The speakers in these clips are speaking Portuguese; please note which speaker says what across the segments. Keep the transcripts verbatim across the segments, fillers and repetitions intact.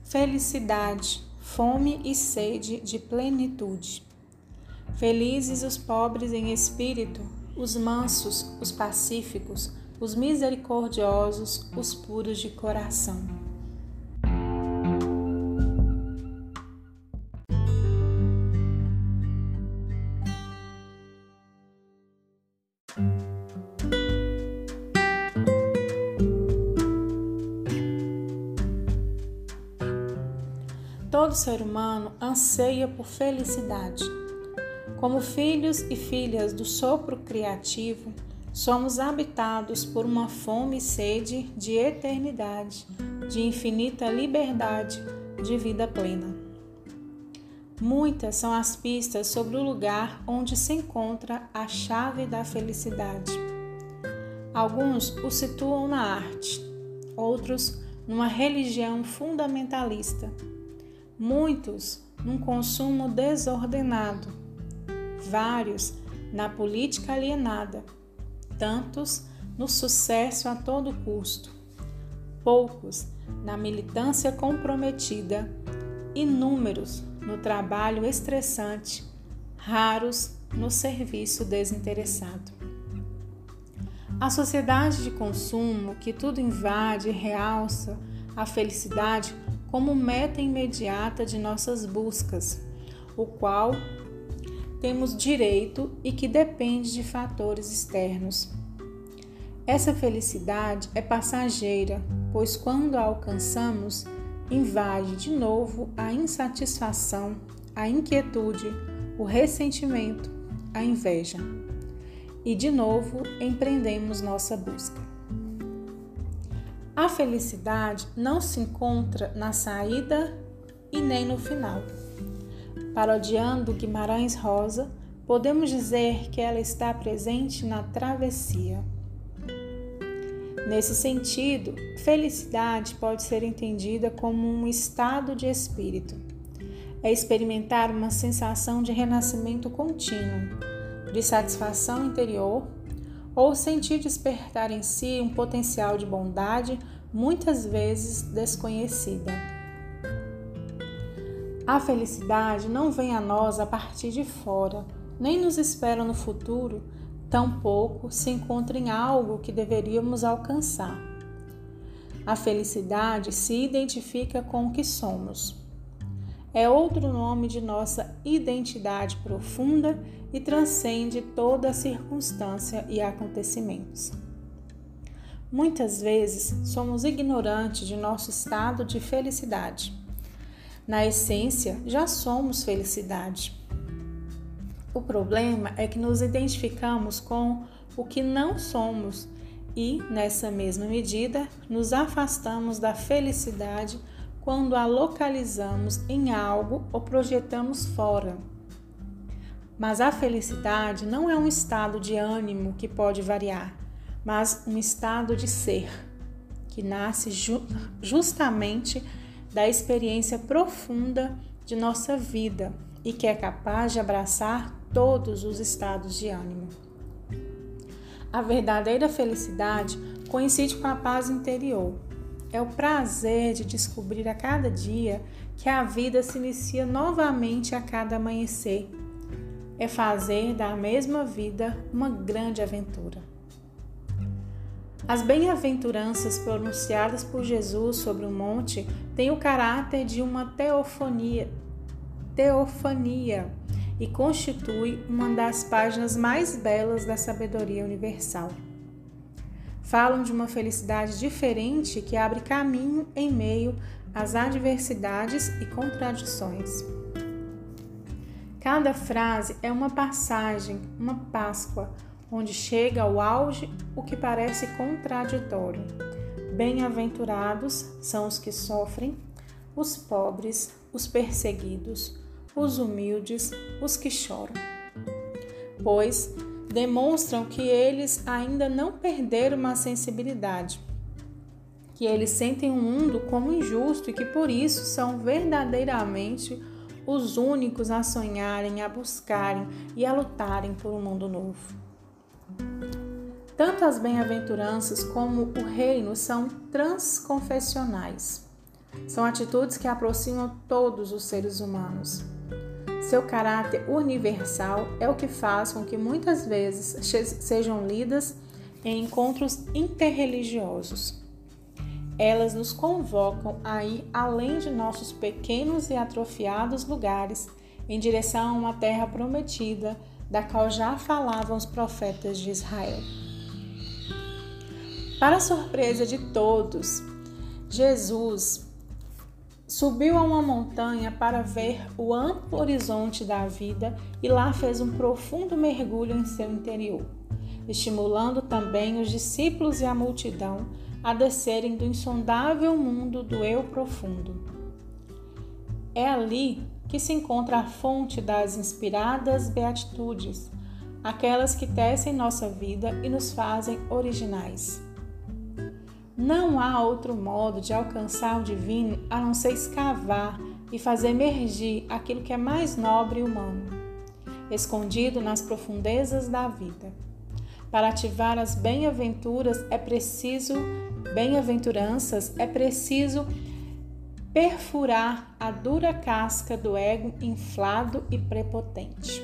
Speaker 1: felicidade, fome e sede de plenitude. Felizes os pobres em espírito, os mansos, os pacíficos, os misericordiosos, os puros de coração. Todo ser humano anseia por felicidade. Como filhos e filhas do sopro criativo, somos habitados por uma fome e sede de eternidade, de infinita liberdade, de vida plena. Muitas são as pistas sobre o lugar onde se encontra a chave da felicidade. Alguns o situam na arte, outros numa religião fundamentalista, muitos num consumo desordenado, vários na política alienada, tantos no sucesso a todo custo, poucos na militância comprometida, inúmeros no trabalho estressante, raros no serviço desinteressado. A sociedade de consumo que tudo invade e realça a felicidade como meta imediata de nossas buscas, o qual temos direito e que depende de fatores externos. Essa felicidade é passageira, pois quando a alcançamos, invade de novo a insatisfação, a inquietude, o ressentimento, a inveja. E de novo empreendemos nossa busca. A felicidade não se encontra na saída e nem no final. Parodiando Guimarães Rosa, podemos dizer que ela está presente na travessia. Nesse sentido, felicidade pode ser entendida como um estado de espírito. É experimentar uma sensação de renascimento contínuo, de satisfação interior, ou sentir despertar em si um potencial de bondade muitas vezes desconhecida. A felicidade não vem a nós a partir de fora, nem nos espera no futuro, tampouco se encontra em algo que deveríamos alcançar. A felicidade se identifica com o que somos. É outro nome de nossa identidade profunda e transcende toda circunstância e acontecimentos. Muitas vezes somos ignorantes de nosso estado de felicidade. Na essência, já somos felicidade. O problema é que nos identificamos com o que não somos e, nessa mesma medida, nos afastamos da felicidade quando a localizamos em algo ou projetamos fora. Mas a felicidade não é um estado de ânimo que pode variar, mas um estado de ser, que nasce ju- justamente da experiência profunda de nossa vida e que é capaz de abraçar todos os estados de ânimo. A verdadeira felicidade coincide com a paz interior. É o prazer de descobrir a cada dia que a vida se inicia novamente a cada amanhecer. É fazer da mesma vida uma grande aventura. As bem-aventuranças pronunciadas por Jesus sobre o monte têm o caráter de uma teofania, teofania e constitui uma das páginas mais belas da sabedoria universal. Falam de uma felicidade diferente que abre caminho em meio às adversidades e contradições. Cada frase é uma passagem, uma Páscoa, onde chega ao auge o que parece contraditório. Bem-aventurados são os que sofrem, os pobres, os perseguidos, os humildes, os que choram. Pois demonstram que eles ainda não perderam a sensibilidade, que eles sentem o mundo como injusto e que por isso são verdadeiramente os únicos a sonharem, a buscarem e a lutarem por um mundo novo. Tanto as bem-aventuranças como o reino são transconfessionais. São atitudes que aproximam todos os seres humanos. Seu caráter universal é o que faz com que muitas vezes sejam lidas em encontros interreligiosos. Elas nos convocam a ir além de nossos pequenos e atrofiados lugares em direção a uma terra prometida, da qual já falavam os profetas de Israel. Para a surpresa de todos, Jesus subiu a uma montanha para ver o amplo horizonte da vida e lá fez um profundo mergulho em seu interior, estimulando também os discípulos e a multidão a descerem do insondável mundo do eu profundo. É ali que se encontra a fonte das inspiradas beatitudes, aquelas que tecem nossa vida e nos fazem originais. Não há outro modo de alcançar o divino a não ser escavar e fazer emergir aquilo que é mais nobre e humano, escondido nas profundezas da vida. Para ativar as bem-aventuras é preciso, bem-aventuranças, é preciso perfurar a dura casca do ego inflado e prepotente.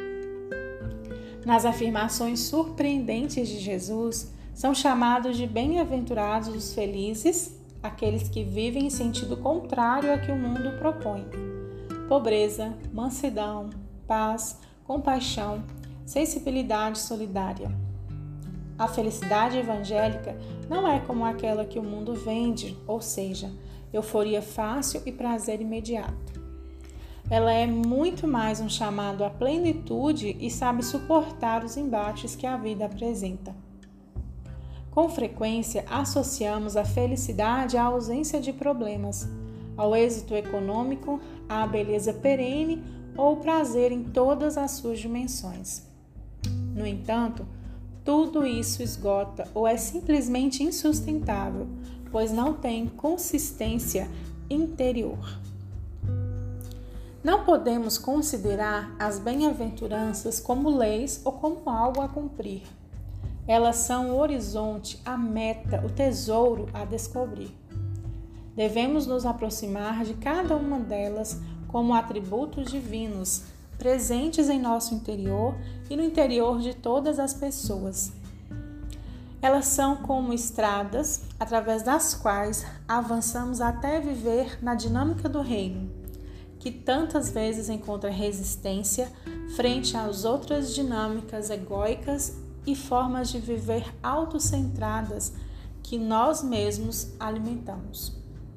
Speaker 1: Nas afirmações surpreendentes de Jesus, são chamados de bem-aventurados os felizes, aqueles que vivem em sentido contrário ao que o mundo propõe. Pobreza, mansidão, paz, compaixão, sensibilidade solidária. A felicidade evangélica não é como aquela que o mundo vende, ou seja, euforia fácil e prazer imediato. Ela é muito mais um chamado à plenitude e sabe suportar os embates que a vida apresenta. Com frequência, associamos a felicidade à ausência de problemas, ao êxito econômico, à beleza perene ou ao prazer em todas as suas dimensões. No entanto, tudo isso esgota ou é simplesmente insustentável, pois não tem consistência interior. Não podemos considerar as bem-aventuranças como leis ou como algo a cumprir. Elas são o horizonte, a meta, o tesouro a descobrir. Devemos nos aproximar de cada uma delas como atributos divinos, presentes em nosso interior e no interior de todas as pessoas. Elas são como estradas através das quais avançamos até viver na dinâmica do reino, que tantas vezes encontra resistência frente às outras dinâmicas egóicas e formas de viver autocentradas que nós mesmos alimentamos.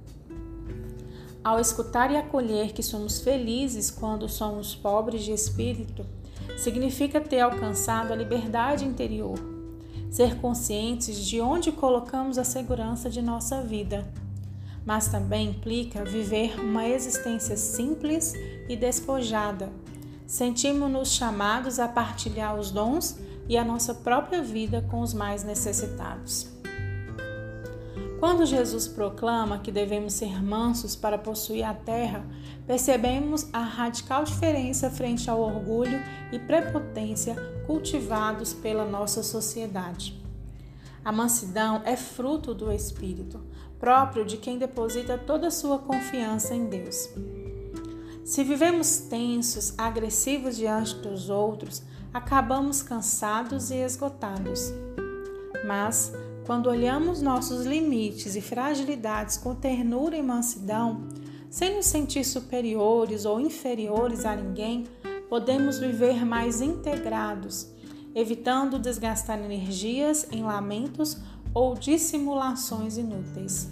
Speaker 1: Ao escutar e acolher que somos felizes quando somos pobres de espírito, significa ter alcançado a liberdade interior, ser conscientes de onde colocamos a segurança de nossa vida, mas também implica viver uma existência simples e despojada. Sentimos-nos chamados a partilhar os dons e a nossa própria vida com os mais necessitados. Quando Jesus proclama que devemos ser mansos para possuir a terra, percebemos a radical diferença frente ao orgulho e prepotência cultivados pela nossa sociedade. A mansidão é fruto do Espírito, próprio de quem deposita toda a sua confiança em Deus. Se vivemos tensos, agressivos diante dos outros, acabamos cansados e esgotados. Mas, quando olhamos nossos limites e fragilidades com ternura e mansidão, sem nos sentir superiores ou inferiores a ninguém, podemos viver mais integrados, evitando desgastar energias em lamentos ou dissimulações inúteis.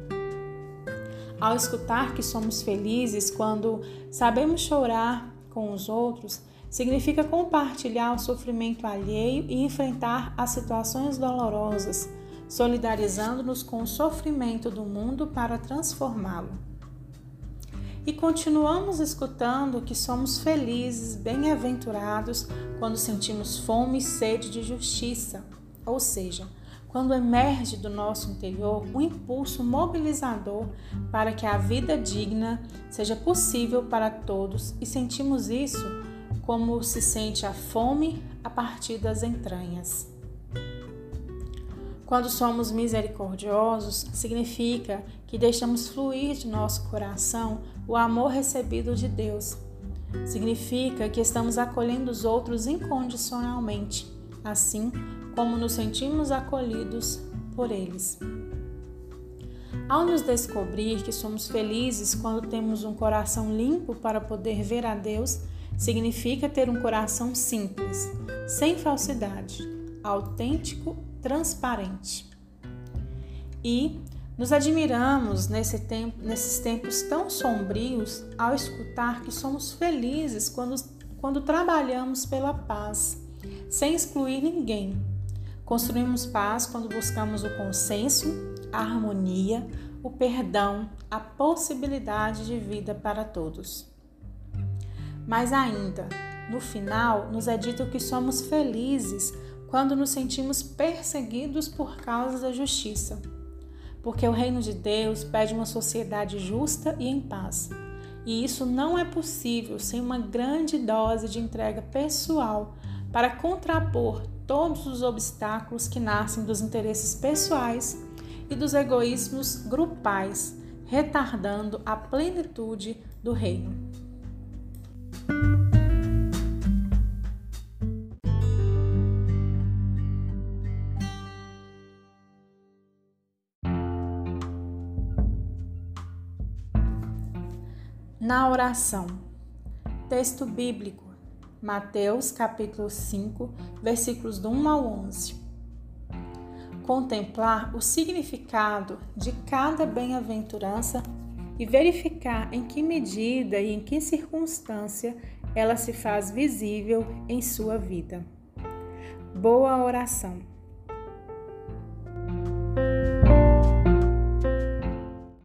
Speaker 1: Ao escutar que somos felizes quando sabemos chorar com os outros, significa compartilhar o sofrimento alheio e enfrentar as situações dolorosas, solidarizando-nos com o sofrimento do mundo para transformá-lo. E continuamos escutando que somos felizes, bem-aventurados quando sentimos fome e sede de justiça, ou seja, quando emerge do nosso interior um impulso mobilizador para que a vida digna seja possível para todos e sentimos isso como se sente a fome a partir das entranhas. Quando somos misericordiosos, significa que deixamos fluir de nosso coração o amor recebido de Deus. Significa que estamos acolhendo os outros incondicionalmente, assim como nos sentimos acolhidos por eles. Ao nos descobrir que somos felizes quando temos um coração limpo para poder ver a Deus, significa ter um coração simples, sem falsidade, autêntico, transparente. E nos admiramos nesse tempo, nesses tempos tão sombrios ao escutar que somos felizes quando, quando trabalhamos pela paz, sem excluir ninguém. Construímos paz quando buscamos o consenso, a harmonia, o perdão, a possibilidade de vida para todos. Mas ainda, no final, nos é dito que somos felizes quando nos sentimos perseguidos por causa da justiça, porque o reino de Deus pede uma sociedade justa e em paz, e isso não é possível sem uma grande dose de entrega pessoal para contrapor todos os obstáculos que nascem dos interesses pessoais e dos egoísmos grupais, retardando a plenitude do reino. Na oração. Texto bíblico. Mateus capítulo cinco, versículos do um ao onze. Contemplar o significado de cada bem-aventurança e verificar em que medida e em que circunstância ela se faz visível em sua vida. Boa oração.